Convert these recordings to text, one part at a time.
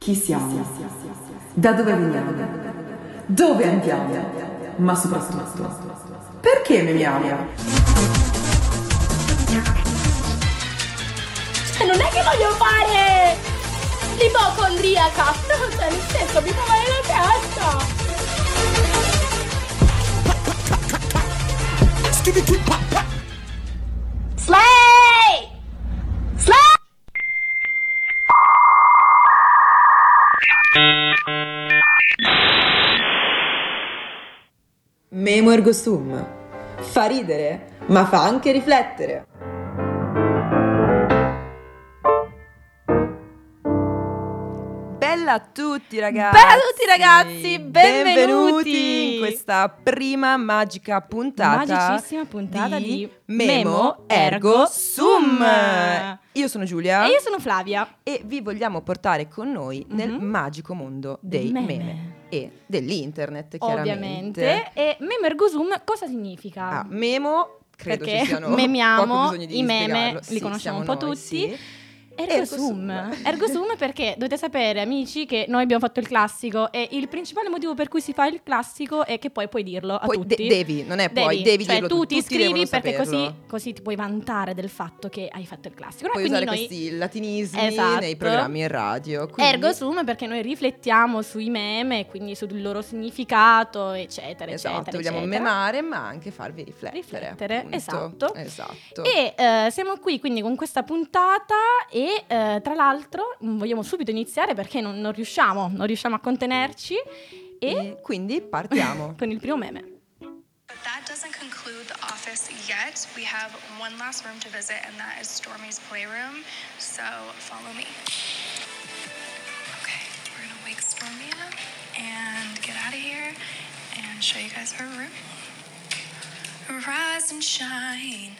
Chi siamo? Da dove veniamo? Dove andiamo? Ma soprattutto, perché memiamo? Non è che voglio fare l'ipocondriaca, no, cioè nel senso mi fa male la testa. Slay! Slay! Memo ergo sum. Fa ridere, ma fa anche riflettere. Bella a tutti ragazzi! Bella a tutti ragazzi, benvenuti in questa prima magica puntata, magicissima puntata di Memo Ergo Sum. Io sono Giulia E io sono Flavia e vi vogliamo portare con noi nel magico mondo dei meme e dell'internet, chiaramente. ovviamente. E Memo Ergo Sum cosa significa? Memo, credo Perché ci siano memiamo poco bisogno di i meme, spiegarlo. li conosciamo un po' noi, tutti. sì. Ergo Sum. Ergo Sum perché dovete sapere, amici, che noi abbiamo fatto il classico e il principale motivo per cui si fa il classico è che poi puoi dirlo a Poi tutti. devi, non è poi, devi cioè, dirlo tu ti tutti devono iscrivi perché saperlo. così ti puoi vantare del fatto che hai fatto il classico. Puoi Quindi usare noi questi latinismi Esatto. nei programmi in radio. Quindi Ergo Sum perché noi riflettiamo sui meme, quindi sul loro significato, eccetera, esatto, eccetera, vogliamo eccetera. memare ma anche farvi riflettere. Appunto. Esatto. Esatto. E siamo qui quindi con questa puntata e tra l'altro vogliamo subito iniziare perché non riusciamo a contenerci e quindi partiamo. con il primo meme. But that doesn't conclude the office yet. We have one last room to visit, and that is Stormy's playroom. So follow me. Okay, we're gonna wake Stormy up and get out of here and show you guys her room. Rise and shine.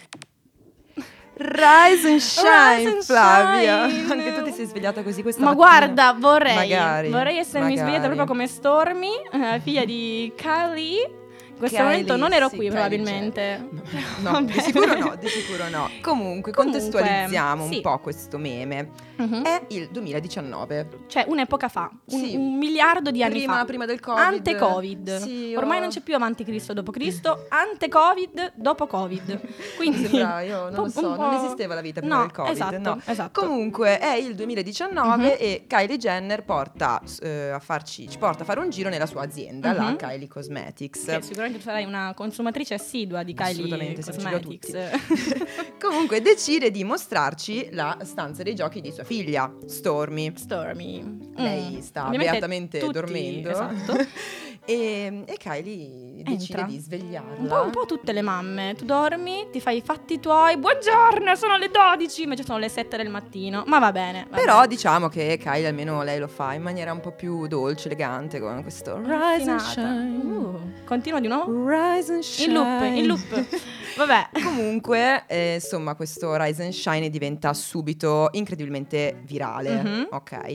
Rise and shine, Rise and Flavia. shine. Anche tu ti sei svegliata così questa Ma mattina? guarda, vorrei essermi magari. svegliata proprio come Stormy, figlia di Kylie. In questo momento non ero qui Kylie probabilmente. No, Vabbè. di sicuro no. Comunque, contestualizziamo sì. un po' questo meme. Mhm. È il 2019. Cioè un'epoca fa, Sì. un miliardo di anni fa. Prima del Covid. Ante-Covid. Sì, Ormai non c'è più avanti Cristo dopo Cristo, ante-Covid dopo Covid. Quindi Sembra, io non lo un so, po'. non esisteva la vita prima No, del Covid. esatto, no. esatto. Comunque è il 2019 e Kylie Jenner ci porta a fare un giro nella sua azienda, la Mhm. Kylie Cosmetics. Che sicuramente tu sarai una consumatrice assidua di Kylie Assolutamente, siamo già Cosmetics. Comunque decide di mostrarci la stanza dei giochi di sua figlia, Stormy. Stormy. Lei sta Ovviamente beatamente tutti, dormendo. Esatto. e Kylie decide Entra. di svegliarla. Un po' tutte le mamme. Tu dormi, ti fai i fatti tuoi. Buongiorno, sono le 12. Invece sono le 7 del mattino. Ma va bene. va Però bene. diciamo che Kylie almeno lei lo fa in maniera un po' più dolce, elegante, con questo Rise and Raffinata. Shine. Continua di nuovo. Rise and Shine. In loop. Vabbè. Comunque, insomma, questo Rise and Shine diventa subito incredibilmente virale, Mhm. ok?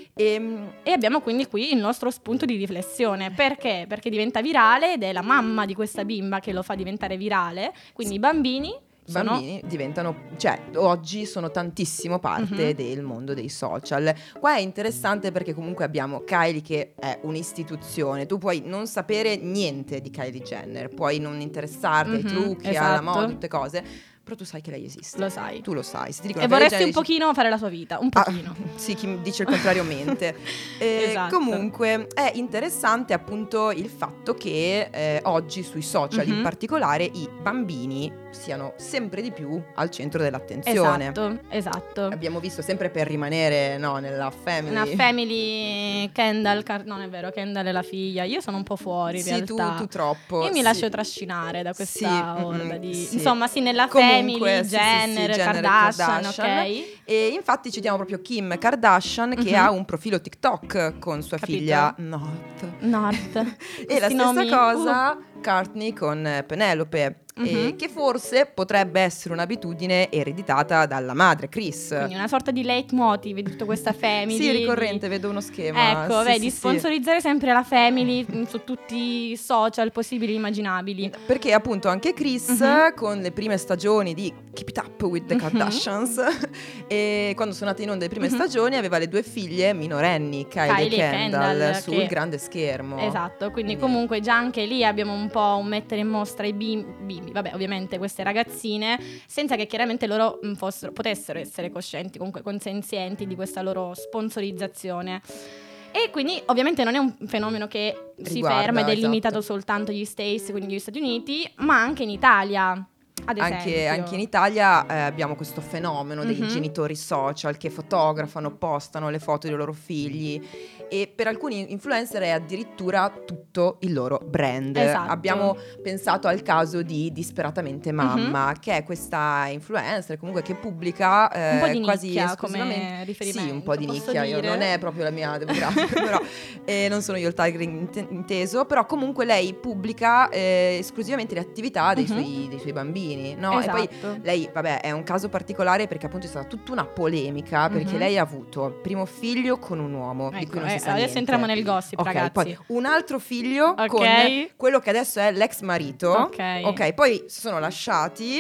E abbiamo quindi qui il nostro spunto di riflessione. Perché? Perché diventa virale ed è la mamma di questa bimba che lo fa diventare virale. Quindi i bambini sono diventano, cioè oggi sono tantissimo parte del mondo dei social. Qua è interessante perché comunque abbiamo Kylie che è un'istituzione. Tu puoi non sapere niente di Kylie Jenner, puoi non interessarti ai trucchi, alla esatto. moda, tutte cose, però tu sai che lei esiste. Lo sai. Tu lo sai. Se ti dicono E Kylie vorresti un Jenner, dici, pochino fare la sua vita. Un pochino. sì, chi dice il contrario mente. Esatto. Comunque è interessante appunto il fatto che oggi sui social in particolare i bambini siano sempre di più al centro dell'attenzione. Esatto. Abbiamo visto sempre per rimanere nella family. Una family Kendall, non è vero, Kendall è la figlia. Io sono un po' fuori in Sì, realtà. tu troppo. Io mi sì. lascio trascinare da questa Sì, orda di... sì. Insomma, sì, nella Comunque, family, sì, Jenner, sì, Kardashian, Kardashian. ok? E infatti ci diamo proprio Kim Kardashian che ha un profilo TikTok con sua Capito? figlia North. North. E la Questi stessa nomi, cosa Kourtney con Penelope, che forse potrebbe essere un'abitudine ereditata dalla madre Kris. Quindi una sorta di leitmotiv di tutta questa family. Sì, ricorrente, vedo uno schema. Ecco, Sì, vedi, sì, sponsorizzare sempre la family su tutti i social possibili e immaginabili. Perché appunto anche Kris con le prime stagioni di Keep It Up with the Kardashians. E quando sono nate in onda le prime stagioni aveva le 2 figlie minorenni, Kylie e Kendall, sul grande schermo. Esatto, quindi comunque già anche lì abbiamo un po' un mettere in mostra i bimbi, vabbè, ovviamente queste ragazzine, senza che chiaramente loro potessero essere coscienti, comunque consenzienti di questa loro sponsorizzazione. E quindi ovviamente non è un fenomeno che si ferma ed è limitato soltanto agli States, quindi agli Stati Uniti, ma anche in Italia. Anche in Italia abbiamo questo fenomeno dei genitori social che fotografano, postano le foto dei loro figli, e per alcuni influencer è addirittura tutto il loro brand. Esatto. Abbiamo pensato al caso di Disperatamente Mamma, che è questa influencer comunque che pubblica un po' di quasi nicchia esclusivamente come riferimento. Sì, un po' di posso nicchia, dire? non è proprio la mia demografica, però non sono io il target inteso, però comunque lei pubblica esclusivamente le attività dei suoi bambini, no? Esatto. E poi lei, vabbè, è un caso particolare perché appunto è stata tutta una polemica, perché lei ha avuto il primo figlio con un uomo, di cui non si sa adesso niente. entriamo nel gossip, ragazzi. Poi un altro figlio con quello che adesso è l'ex marito. Ok, poi si sono lasciati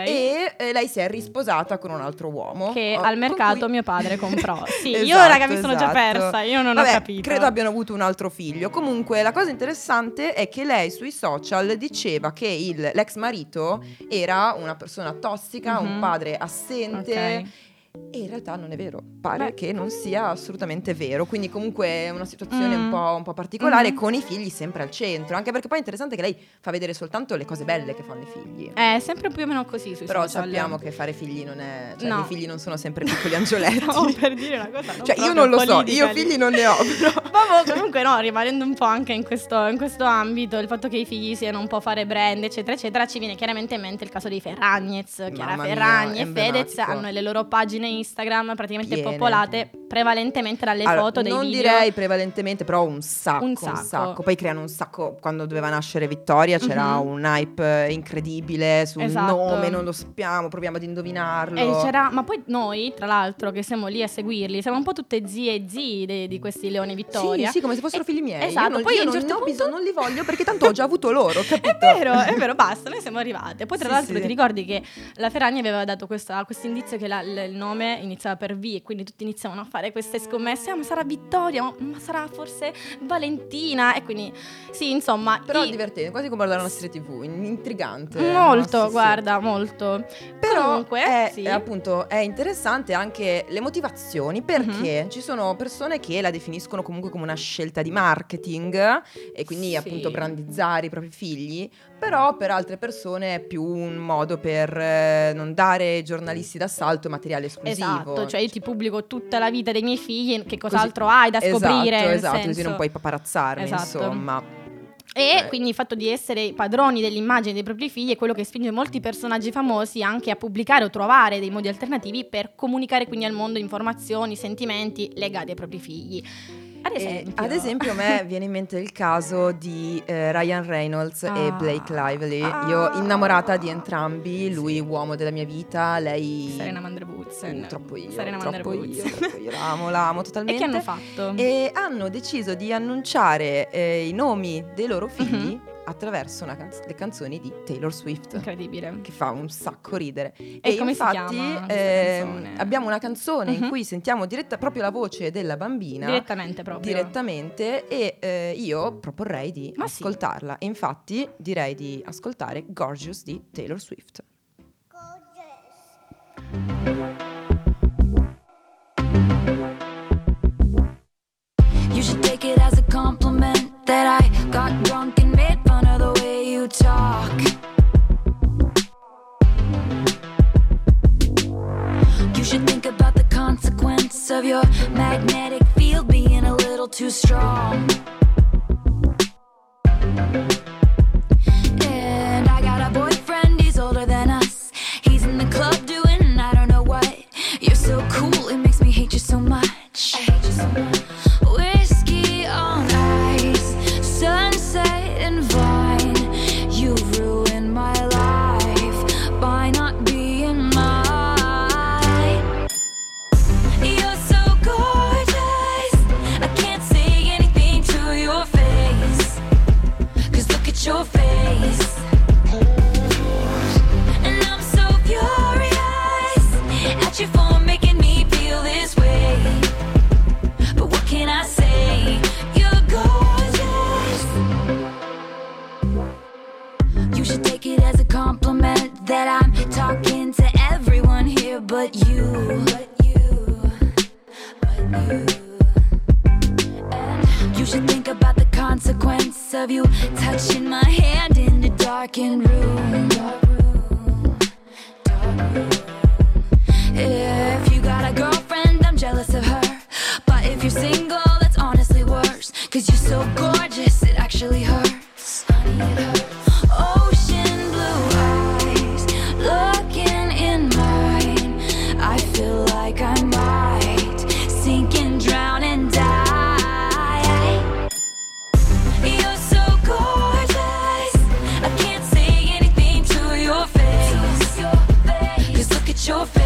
e lei si è risposata con un altro uomo che al mercato mio padre comprò. Sì, esatto, io raga mi sono già persa, io non ho capito. Credo abbiano avuto un altro figlio. Comunque la cosa interessante è che lei sui social diceva che l'ex marito era una persona tossica, un padre assente. E in realtà non è vero, pare che non sia assolutamente vero, quindi comunque è una situazione un po' particolare, con i figli sempre al centro, anche perché poi è interessante che lei fa vedere soltanto le cose belle che fanno i figli. È sempre più o meno così sui però social. sappiamo che fare figli non è, cioè i figli non sono sempre piccoli angioletti. Stavo per dire una cosa non cioè io non lo so, io lì. figli non ne ho, però. Comunque no, rimanendo un po' anche in questo ambito, il fatto che i figli siano un po' fare brand eccetera eccetera, ci viene chiaramente in mente il caso dei Ferragnez. Chiara Ferragni e Fedez hanno le loro pagine Instagram praticamente popolate prevalentemente dalle foto, dei non video. Non direi prevalentemente, però un sacco. Poi creano un sacco. Quando doveva nascere Vittoria c'era un hype incredibile sul nome, non lo sappiamo, proviamo ad indovinarlo. Ma poi noi, tra l'altro, che siamo lì a seguirli, siamo un po' tutte zie e zii di questi Leone Vittoria. Sì, come se fossero figli miei. Esatto, Io poi non certo ho bisogno, non li voglio perché tanto ho già avuto loro, capito? È vero, basta, noi siamo arrivate. Poi tra l'altro ti ricordi che la Ferragni aveva dato questo indizio che il nome iniziava per V, e quindi tutti iniziavano a fare queste scommesse, ma sarà Vittoria, ma sarà forse Valentina, e quindi sì, insomma. Però è divertente, quasi come guardare una serie TV, intrigante. Molto, guarda, molto. Però comunque appunto è interessante anche le motivazioni, perché ci sono persone che la definiscono comunque come una scelta di marketing e quindi appunto brandizzare i propri figli, però per altre persone è più un modo per non dare ai giornalisti d'assalto materiale esclusivo. Esatto, cioè io ti pubblico tutta la vita dei miei figli, che cos'altro hai da scoprire? Esatto, così non puoi paparazzarmi, insomma. E quindi il fatto di essere padroni dell'immagine dei propri figli è quello che spinge molti personaggi famosi anche a pubblicare o trovare dei modi alternativi per comunicare quindi al mondo informazioni, sentimenti legati ai propri figli. Ad esempio a me viene in mente il caso di Ryan Reynolds e Blake Lively. Io innamorata di entrambi, lui uomo della mia vita, lei Serena van der Woodsen. Troppo io, io l'amo totalmente. E che hanno fatto? E hanno deciso di annunciare i nomi dei loro figli attraverso le canzoni di Taylor Swift. Incredibile. Che fa un sacco ridere. E come infatti, si chiama questa canzone? Abbiamo una canzone in cui sentiamo proprio la voce della bambina. Direttamente, e io proporrei di ascoltarla. E infatti direi di ascoltare Gorgeous di Taylor Swift. You should take it as a compliment that I got drunk and made fun of the way you talk. You should think about the consequence of your magnetic field being a little too strong. And I got a boyfriend, he's older than us. He's in the club doing I don't know what. You're so cool, it makes me hate you so much. I hate you so much. Whiskey on ice, sunset and vine. You ruined my life by not being mine. You're so gorgeous, I can't say anything to your face. 'Cause look at your face. And I'm so furious, darkened room. If you got a girlfriend, I'm jealous of her. But if you're single, that's honestly worse. 'Cause you're so gorgeous, it actually hurts. Honey, it hurts. Ocean blue eyes, looking in mine. I feel like I might sink and drown and die. You're so gorgeous, I can't say anything to your face. 'Cause look at your face.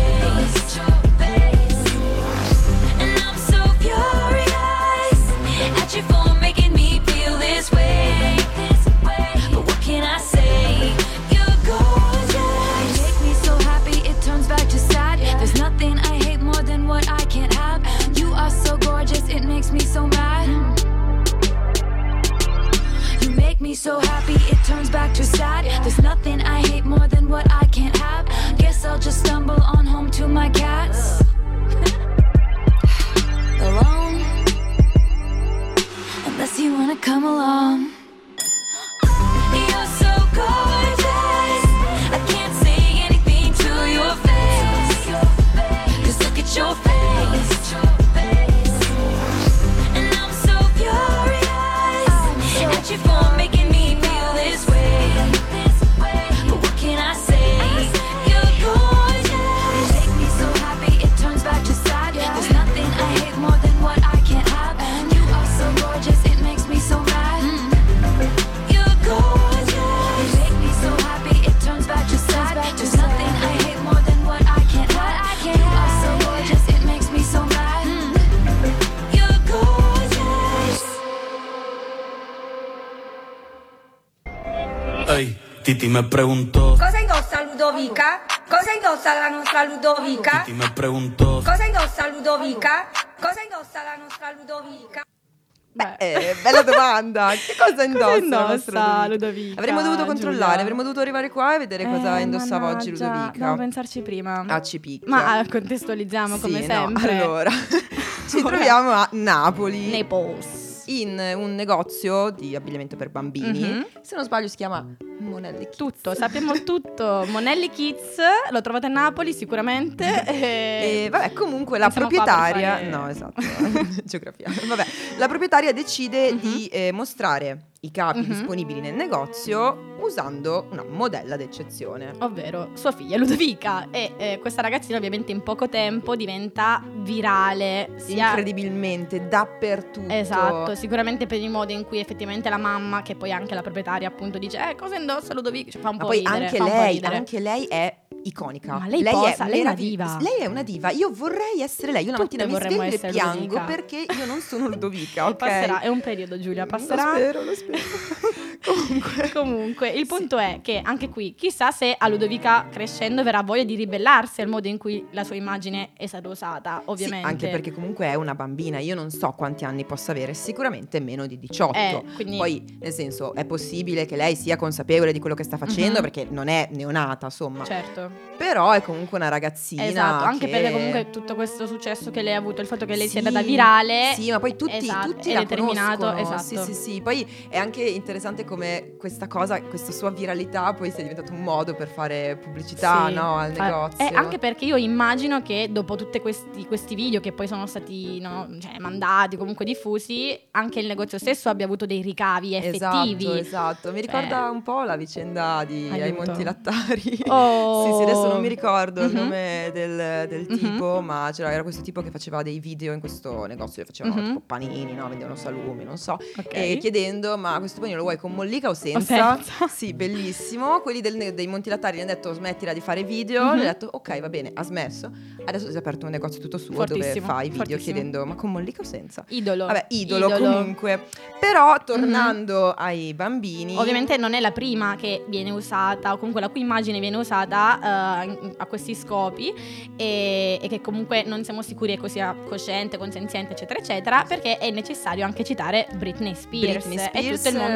And I'm so furious at you for making me feel this way. But what can I say? You're gorgeous. You make me so happy it turns back to sad. There's nothing I hate more than what I can't have. You are so gorgeous, it makes me so mad. You make me so happy it turns back to sad. There's nothing I hate more than what I can't have. Guess I'll just stumble on home to my cats. Alone, unless you wanna come along. You're so gorgeous, I can't say anything to your face. 'Cause look at your face. And I'm so furious at you for making me feel this way. But what can I say? You're gorgeous. You make me so happy it turns back to sad. There's nothing I hate more than what I can't have. You are so gorgeous, it makes me so mad. You're gorgeous. You make me so happy it turns back to sad. There's nothing I hate more than what I can't have. You are so gorgeous, it makes me so mad. You're gorgeous. Ehi, Titi me preguntó. Cosa indossa Ludovica? Cosa indossa la nostra Ludovica? Titi me preguntó. Cosa indossa Ludovica? Cosa indossa la nostra Ludovica? Bella domanda. Che cosa indossa la nostra indossa Ludovica? Ludovica, Avremmo dovuto controllare, Giulia? avremmo dovuto arrivare qua e vedere cosa indossava oggi mannaggia, Ludovica. Dobbiamo pensarci prima. Ah, ci picchia. Ma contestualizziamo come Sì, sempre. No, allora, ci troviamo a Napoli. Naples. In un negozio di abbigliamento per bambini. Mhm. Se non sbaglio si chiama Monelli Kids. Tutto, sappiamo tutto. Monelli Kids, lo trovate a Napoli sicuramente. E vabbè, comunque la non siamo qua per proprietaria, fare- no, esatto, geografia. Vabbè, la proprietaria decide di mostrare i capi disponibili nel negozio usando una modella d'eccezione. Ovvero sua figlia Ludovica. E questa ragazzina ovviamente in poco tempo diventa virale. Sia Incredibilmente dappertutto. Esatto, sicuramente per il modo in cui effettivamente la mamma, che poi anche la proprietaria appunto dice cosa indossa Ludovica, cioè, fa un Ma po' poi ridere, anche fa un po' lei, ridere. anche lei è iconica. Ma lei posa, lei è una meravi- diva. Lei è una diva. Io vorrei essere lei. Io una Tutte mattina mi vorremmo sveglio e essere piango Ludovica. perché io non sono Ludovica, ok? Passerà, è un periodo Giulia, passerà. Lo spero. Comunque, il punto è che anche qui, chissà se a Ludovica crescendo verrà voglia di ribellarsi al modo in cui la sua immagine è stata usata, ovviamente. Sì, anche perché comunque è una bambina, io non so quanti anni possa avere, sicuramente meno di 18. Quindi- Poi, nel senso, è possibile che lei sia consapevole di quello che sta facendo perché non è neonata, insomma. Certo, Però è comunque una ragazzina. esatto, anche che- perché comunque tutto questo successo che lei ha avuto, il fatto che lei sia Sì, andata virale. Sì, ma poi tutti esatto, tutti è la determinato, conoscono. esatto. Sì. Poi è anche interessante come questa cosa, questa sua viralità poi sia diventato un modo per fare pubblicità, Sì. no, al negozio. Anche perché io immagino che dopo tutti questi video che poi sono stati cioè, mandati, comunque diffusi, anche il negozio stesso abbia avuto dei ricavi effettivi. Esatto. Mi ricorda un po' la vicenda di Ai Aiuto. Monti Lattari. Oh. Sì, adesso non mi ricordo il Mhm. nome del tipo, ma era questo tipo che faceva dei video in questo negozio, facevano tipo panini, no? Vendevano salumi, non so. Ok. E chiedendo, ma questo panino lo vuoi con mollica o senza? senza? Sì, bellissimo. Quelli dei Monti Lattari gli hanno detto smettila di fare video. Gli ha detto ok, va bene, ha smesso. Adesso si è aperto un negozio tutto suo dove Fortissimo, fa i video fortissimo. chiedendo ma con mollica o senza? Idolo. Vabbè, idolo comunque. Però tornando ai bambini, Ovviamente non è la prima che viene usata, o comunque la cui immagine viene usata a questi scopi, e che comunque non siamo sicuri che sia cosciente, consenziente, eccetera, eccetera, perché è necessario anche citare Britney Spears Britney e Spears, tutto il mondo Mickey Mouse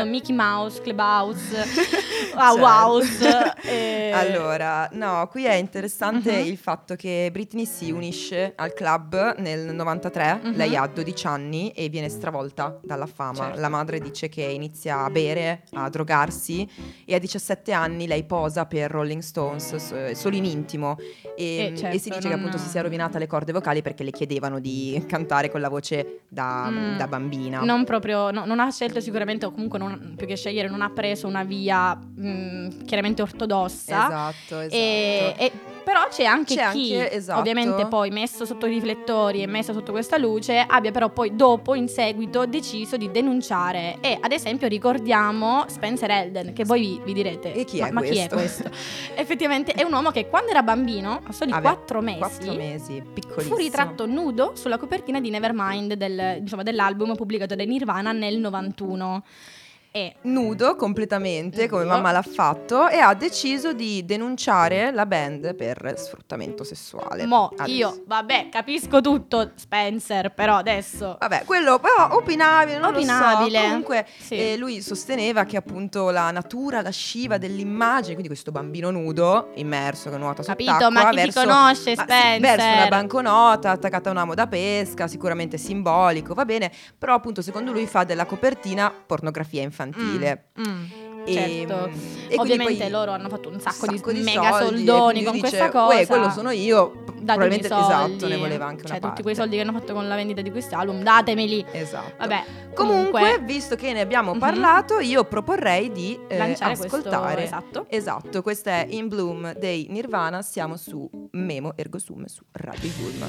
House, Clubhouse, Certo. House. Allora, no, qui è interessante il fatto che Britney si unisce al club nel 93, lei ha 12 anni e viene stravolta dalla fama. Certo. La madre dice che inizia a bere, a drogarsi e a 17 anni lei posa per Rolling Stones solo in intimo e certo, si dice che appunto si sia rovinata le corde vocali perché le chiedevano di cantare con la voce da bambina. Non proprio, non ha scelto sicuramente, o comunque più che scegliere, non ha preso una via chiaramente ortodossa. Esatto. E però c'è anche chi, esatto. ovviamente poi messo sotto i riflettori e messo sotto questa luce, abbia però poi dopo, in seguito, deciso di denunciare. E ad esempio ricordiamo Spencer Elden, che voi vi direte E chi è ma chi è questo? Effettivamente è un uomo che quando era bambino, a soli 4 mesi, piccolissimo, fu ritratto nudo sulla copertina di Nevermind dell'album pubblicato da Nirvana nel 91. E nudo completamente come Nudo. mamma l'ha fatto e ha deciso di denunciare la band per sfruttamento sessuale. io, vabbè, capisco tutto, Spencer, però adesso Vabbè, quello però opinabile, non Opinabile. lo so. Comunque Sì. lui sosteneva che appunto la natura lasciva dell'immagine, quindi questo bambino nudo immerso che nuota Capito, sott'acqua ma chi ti conosce, Spencer? verso una banconota attaccata a un amo da pesca, sicuramente simbolico, va bene, però appunto secondo lui fa della copertina pornografia infantile. certo. E quindi Ovviamente poi loro hanno fatto un sacco di soldi, mega e soldoni quindi con dice, questa cosa. "Uè, quello sono io", Datemi probabilmente i soldi. esatto, ne voleva anche una tutti parte. quei soldi che hanno fatto con la vendita di questi album, datemeli. Esatto. Vabbè, Comunque, visto che ne abbiamo parlato, io proporrei di lanciare ascoltare. questo, Esatto, questa è In Bloom dei Nirvana, siamo su Memo Ergo Sum su Radio Yulm.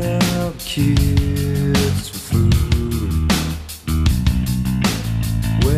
Kids for food.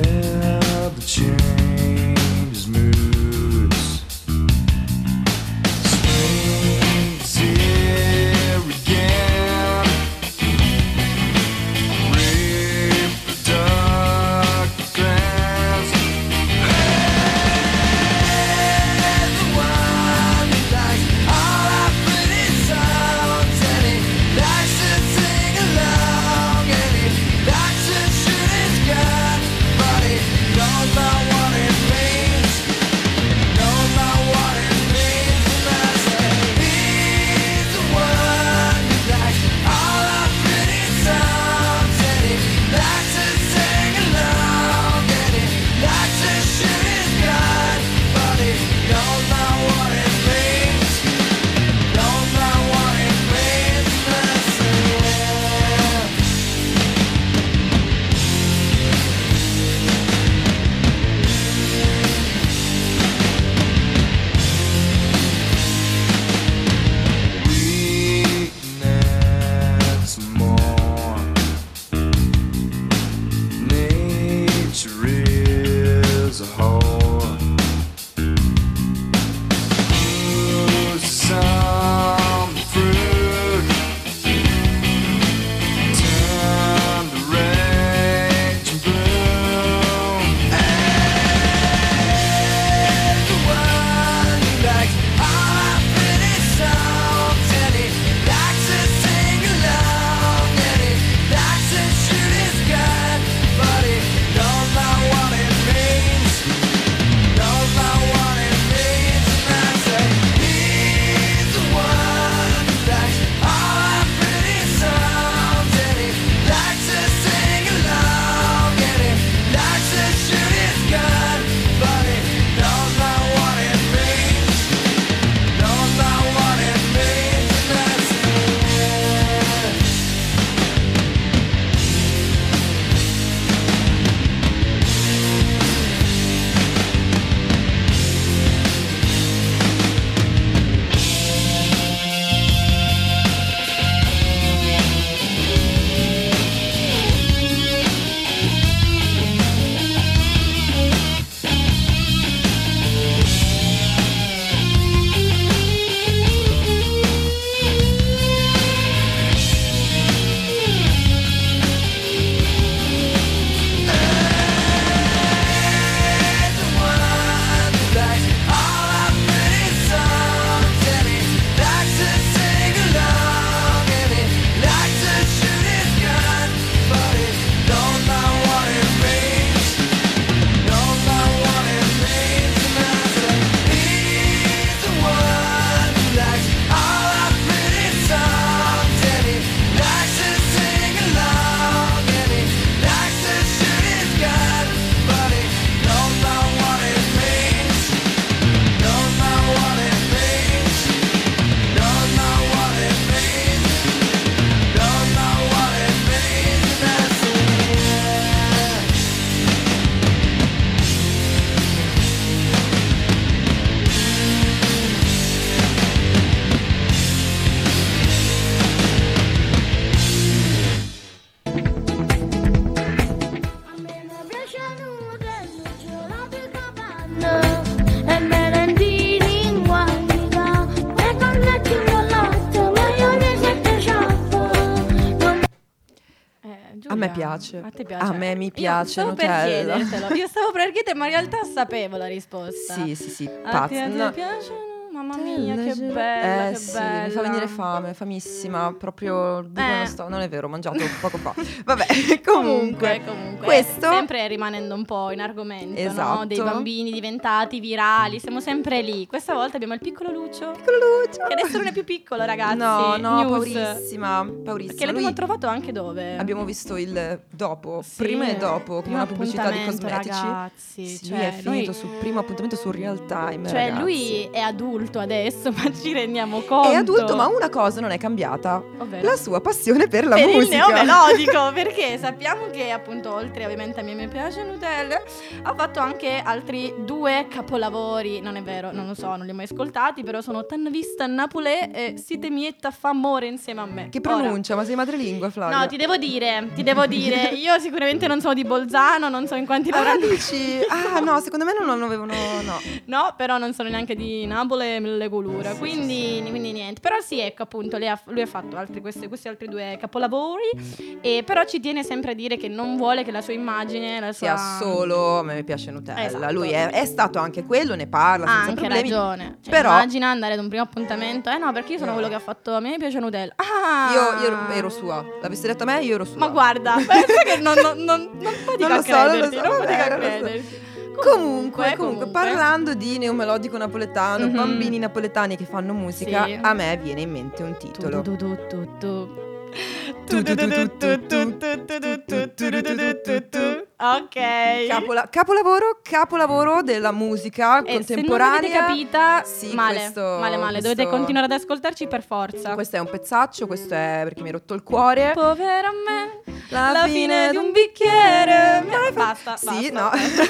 e merendini in guaida e cornetti con latte, maionese e ketchup. Giulia, A me piace. A te piace? A me mi piace Io stavo per Nutella. chiedertelo. Io stavo per chiedertelo, ma in realtà sapevo la risposta. Sì, A te no. piacciono? Mamma mia, che bella, che sì, bella. mi fa venire fame, famissima, proprio non è vero, ho mangiato poco fa. Vabbè, Comunque, questo sempre rimanendo un po' in argomento, no? Esatto. Dei bambini diventati virali, siamo sempre lì. Questa volta abbiamo il piccolo Lucio. Che adesso non è più piccolo, ragazzi. No, News. paurissima. Perché l'abbiamo trovato anche dove? Abbiamo visto il dopo, Sì, prima e dopo, con primo una pubblicità di appuntamento, cosmetici. ragazzi, Sì, cioè, è finito noi- sul primo appuntamento su Real Time. Cioè, ragazzi. lui è adulto adesso, ma ci rendiamo conto. È adulto, ma una cosa non è cambiata: Ovvero? la sua passione per la Per il musica. neomelodico, perché sappiamo che appunto oltre ovviamente a me mi piace Nutella, ha fatto anche altri 2 capolavori. Non è vero, non lo so, non li ho mai ascoltati, però sono T'hanno vista a Napoli e Si te mietta fa amore insieme a me. Che pronuncia? Ma sei madrelingua, Flavia? No, ti devo dire, io sicuramente non sono di Bolzano, non so in quanti l'avranno. dici? Ah, no, secondo me non avevano. No. No, però non sono neanche di Napoli e mille colure, quindi niente. Però sì, ecco appunto, lui ha fatto questi altri 2 capolavori, e però ci tiene sempre a dire che non vuole che la sua immagine, la sua... Sia solo a me piace Nutella. Esatto. Lui è stato anche quello, ne parla Ha senza anche problemi. ragione. Cioè, Però immagina andare ad un primo appuntamento. No, perché io sono quello che ha fatto a me mi piace Nutella. Ah! io ero sua. L'avessi detto a me, io ero sua. Ma guarda, pensa che non fatico Non a lo so, non lo crederti, so, non vabbè, fatico a non lo so. crederti. Comunque, parlando di neomelodico napoletano, Mhm. bambini napoletani che fanno musica, Sì. a me viene in mente un titolo. Ok. Capolavoro della musica E contemporanea. se non l'avete capita, Sì, male, questo- male. questo- Dovete continuare ad ascoltarci per forza. Questo è un pezzaccio, questo è perché mi hai rotto il cuore. Povera me, La fine di un bicchiere. Basta, Sì, basta. no.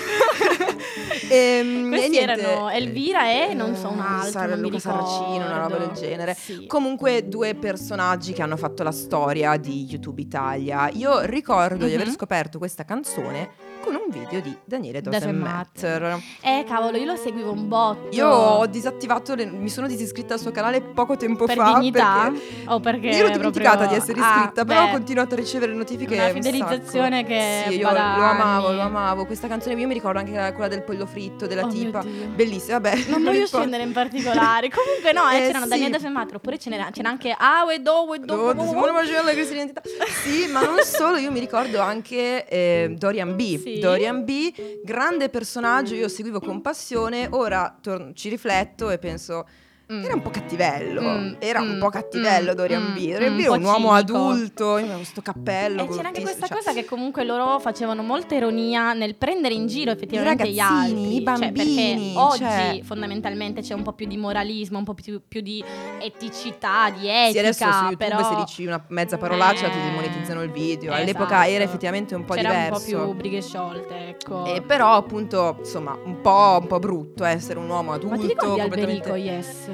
e Questi niente. erano Elvira e non so un altro, non mi Luca ricordo. Saracino, una roba del genere. Sì. Comunque 2 personaggi che hanno fatto la storia di YouTube Italia. Io ricordo di aver scoperto questa canzone con un video di Daniele Dosenmatter. Cavolo, io lo seguivo un botto. Io ho disattivato, mi sono disiscritta al suo canale poco tempo per fa. dignità perché o perché io ero dimenticata proprio- di essere iscritta, però beh, ho continuato a ricevere notifiche. una un fidelizzazione sacco. che Sì, io va lo da anni. amavo. Questa canzone io mi ricordo anche quella del pollo fritto, della Oh mio tipa. Dio. Bellissima, vabbè. Non voglio importa. scendere in particolare. Comunque no, c'erano sì. Daniele Dosenmatter, oppure c'era anche Do. Simone Maggiore, Cristina Identità. Sì, ma non solo, io mi ricordo anche Dorian B. Sì. Dorian B, grande personaggio, io seguivo con passione, ora ci rifletto e penso... Era un po' cattivello, Dorian B. Dorian B era po' un uomo cinico. adulto, con questo cappello. E c'era anche questa cioè- cosa che comunque loro facevano molta ironia nel prendere in giro effettivamente I gli ragazzini, altri. i bambini, Cioè, perché cioè- oggi fondamentalmente c'è un po' più di moralismo, un po' più di eticità, di etica. Sì, adesso su YouTube però se dici una mezza parolaccia ti demonetizzano il video. All'epoca esatto. era effettivamente un po' c'era diverso. un po' più brighe sciolte, ecco. Però appunto, insomma, un po' brutto essere un uomo adulto. Ma ti ricordi completamente... Alberico, yes?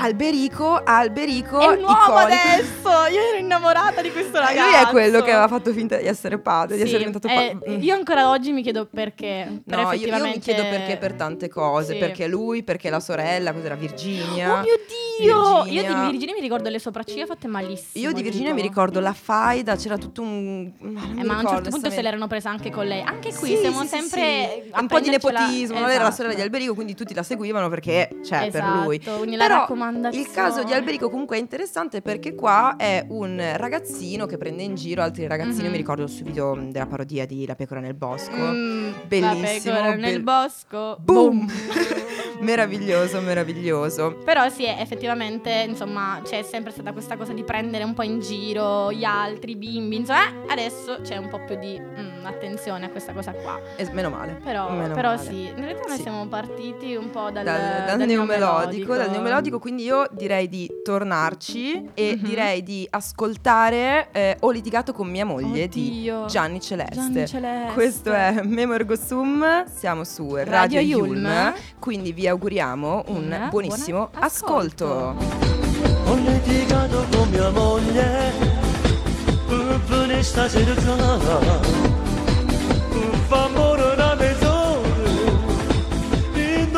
Alberico È l'uomo iconico. adesso! Io ero innamorata di questo ragazzo. Lui è quello che aveva fatto finta di essere padre, di essere diventato padre. Io ancora oggi mi chiedo perché. Però No, io effettivamente... mi chiedo perché per tante cose. Sì. Perché lui, perché la sorella, cos'era Virginia. Oh mio Dio! Virginia. Io di Virginia mi ricordo le sopracciglia fatte malissimo. Io di Virginia tipo. mi ricordo la faida, c'era tutto un... non mi Ma a un ricordo, certo punto se onestamente. l'erano presa anche con lei. Anche qui Sì, siamo sì, sì, sempre sì. a un po' di prendercela- nepotismo, non era la Esatto. sorella di Alberico, quindi tutti la seguivano perché per Esatto, lui. quindi la Però raccomandazione. il caso di Alberico comunque è interessante perché qua è un ragazzino che prende in giro altri ragazzini. Io mi ricordo il suo video della parodia di La pecora nel bosco. Bellissimo. La pecora nel bosco. Boom! meraviglioso. Però sì, effettivamente, insomma, c'è sempre stata questa cosa di prendere un po' in giro gli altri i bimbi. Insomma, adesso c'è un po' più di attenzione a questa cosa qua. E meno male. Però male. sì, in realtà noi Sì. siamo partiti un po' dal neomelodico, quindi io direi di tornarci e direi di ascoltare Ho litigato con mia moglie Oddio. di Gianni Celeste. Gianni Celeste. Questo è Memo Ergo Sum, siamo su Radio Yulm, quindi vi auguriamo un Un buonissimo buon ascolto. ascolto. Ho litigato con mia moglie per questa sera fa amore da mezz'ora in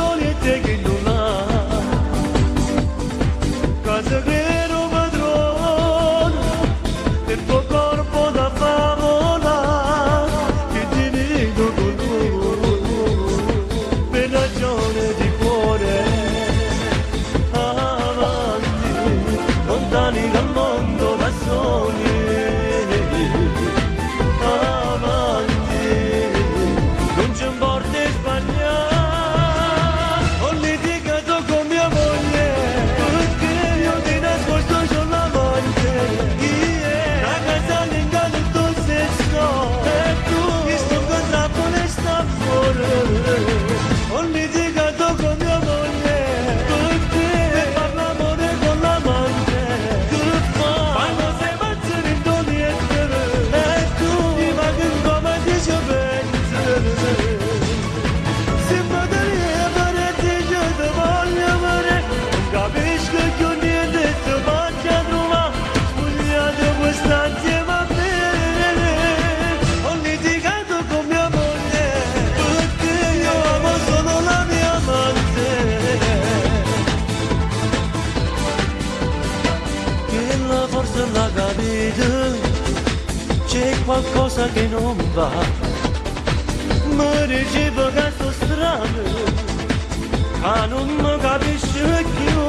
qualcosa che non va. Mi dicevo che sto strano, ma non mi capisce più.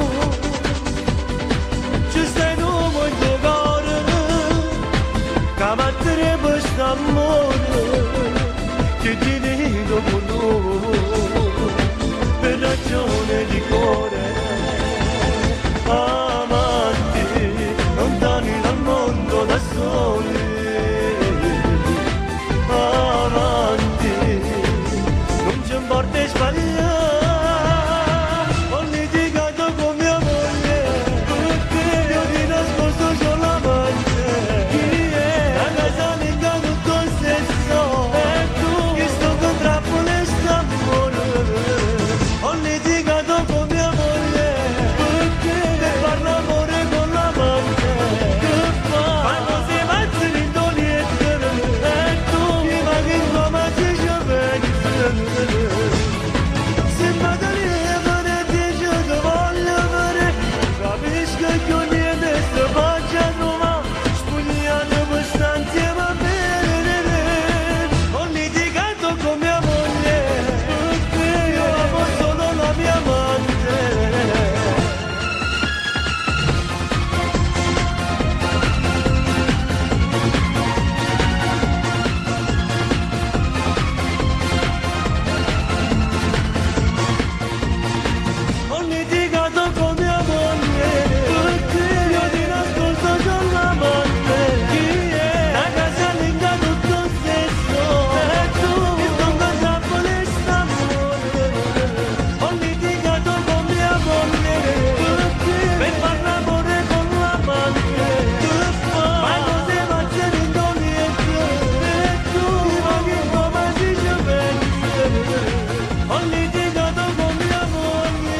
Ci stai tu molto cuore, che battere questo amore, che ti dico con lui, per ragione di cuore. Amanti, lontani dal mondo da soli. Amanti, non c'è importa sbagliare. Ho litigato con mia moglie, perché io di nascosto c'ho l'amante. La casa lega tutto il stesso, e tu che sto con trappole st'amore. Ho litigato con mia moglie, per far l'amore con l'amante. Ma non si mazzi di niente, e tu mi manchi come ci ci pensi. Se magari ne dici che voglio bene, capisco che niente sta facendo, ma spogliando quest'insieme a me. Ho litigato con mia moglie, perché io amo solo la mia amante. Ho litigato con mia moglie, perché io di nascosto c'ho l'amante. La casa linga tutto stesso, e tu mi sto trappole st'amore. Ho litigato con mia moglie, per far l'amore con l'amante. Ma non si faccia niente, e tu mi manchi come si ci pensi. Ho litigato con mia moglie.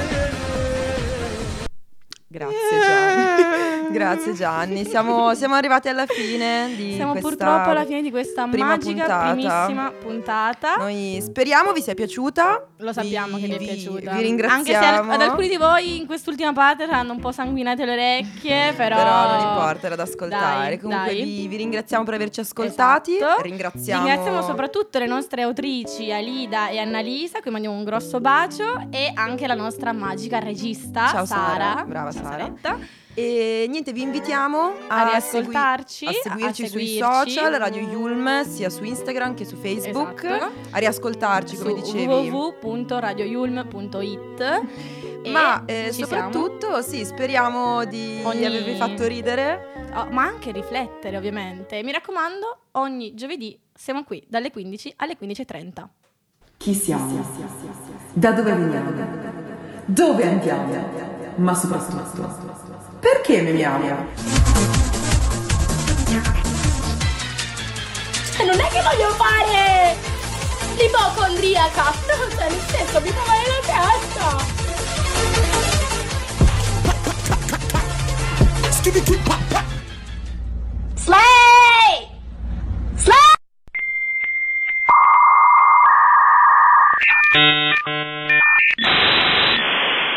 Grazie Gianni. Grazie Gianni. Siamo arrivati alla fine di Siamo questa purtroppo alla fine di questa prima magica puntata. primissima puntata. Noi speriamo vi sia piaciuta. Lo sappiamo che vi è piaciuta. Vi ringraziamo. Anche se ad alcuni di voi in quest'ultima parte saranno un po' sanguinate le orecchie, però non importa, era da ascoltare. Dai, Comunque dai. vi ringraziamo per averci ascoltati. Esatto. Ringraziamo soprattutto le nostre autrici Alida e Annalisa, a cui mandiamo un grosso bacio, e anche la nostra magica regista Ciao, Sara. Brava Ciao, Sara. Saretta. E niente, vi invitiamo A riascoltarci, a seguirci a sui seguirci. social, Radio Yulm, sia su Instagram che su Facebook. Esatto. A riascoltarci, come Su dicevi. www.radioyulm.it. Ma ci soprattutto sì, speriamo di avervi fatto ridere. siamo. Ma anche riflettere, ovviamente. Mi raccomando, ogni giovedì siamo qui dalle 15 alle 15:30. Chi siamo? Da dove veniamo? Dove andiamo? Ma soprattutto, perché memiamo? Non è che voglio fare l'ipocondriaca, no, cioè nel senso mi fa male la testa. Slay! Slay!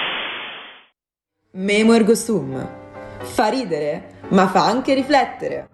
Memo ergo sum. Fa ridere, ma fa anche riflettere.